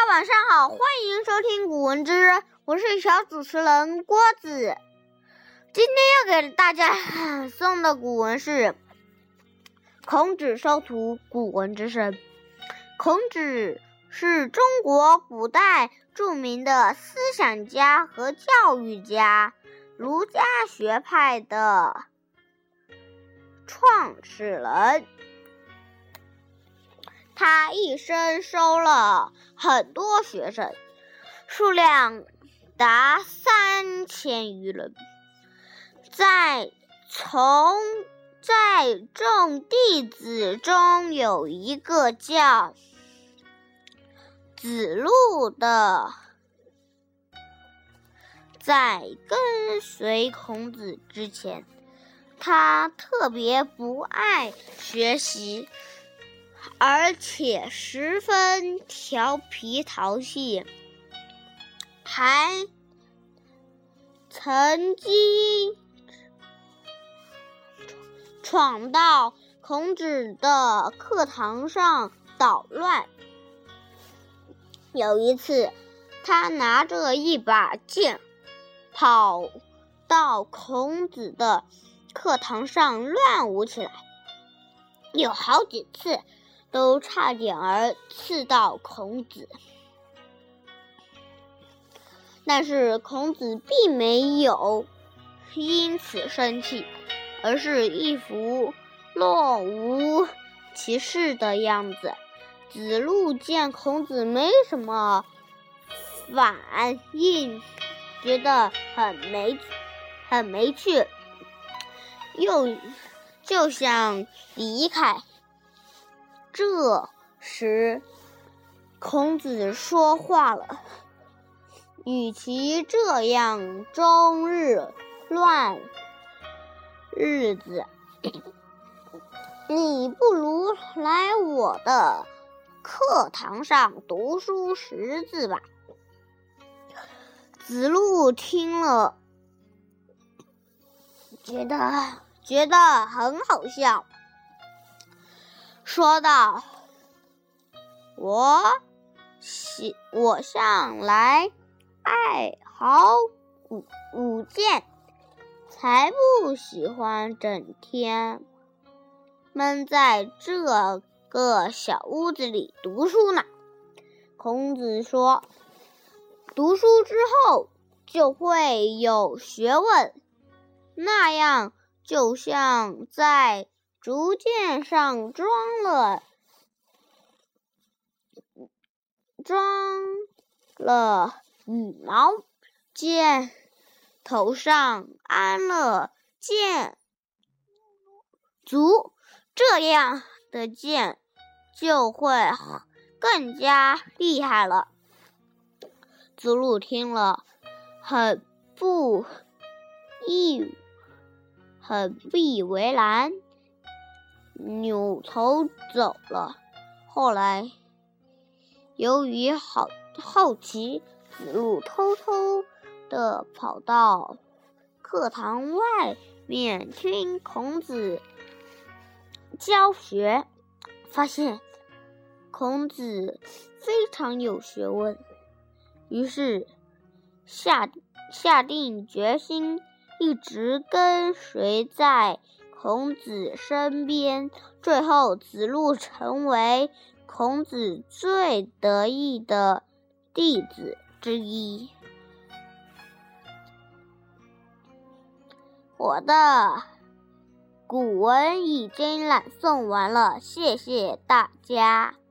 晚上好，欢迎收听古文之，我是小主持人郭子。今天要给大家送的古文是孔子收徒古文之声。孔子是中国古代著名的思想家和教育家，儒家学派的创始人。他一生收了很多学生，数量达3000余人。在众弟子中，有一个叫子路的，在跟随孔子之前，他特别不爱学习，而且十分调皮淘气，还曾经闯到孔子的课堂上捣乱。有一次，他拿着一把剑跑到孔子的课堂上乱舞起来，有好几次都差点儿刺到孔子。但是孔子并没有因此生气，而是一副若无其事的样子。子路见孔子没什么反应，觉得很没趣，就想离开。这时孔子说话了，与其这样终日乱日子，你不如来我的课堂上读书识字吧。子路听了，觉得很好笑，说道：我向来爱好舞剑，才不喜欢整天闷在这个小屋子里读书呢。孔子说，读书之后就会有学问，那样就像在竹剑上装了羽毛，剑头上安了剑足，这样的剑就会更加厉害了。子路听了很不以为然，扭头走了。后来由于好奇，子路偷偷地跑到课堂外面听孔子教学，发现孔子非常有学问，于是下定决心一直跟随在孔子身边。最后，子路成为孔子最得意的弟子之一。我的古文已经朗诵完了，谢谢大家。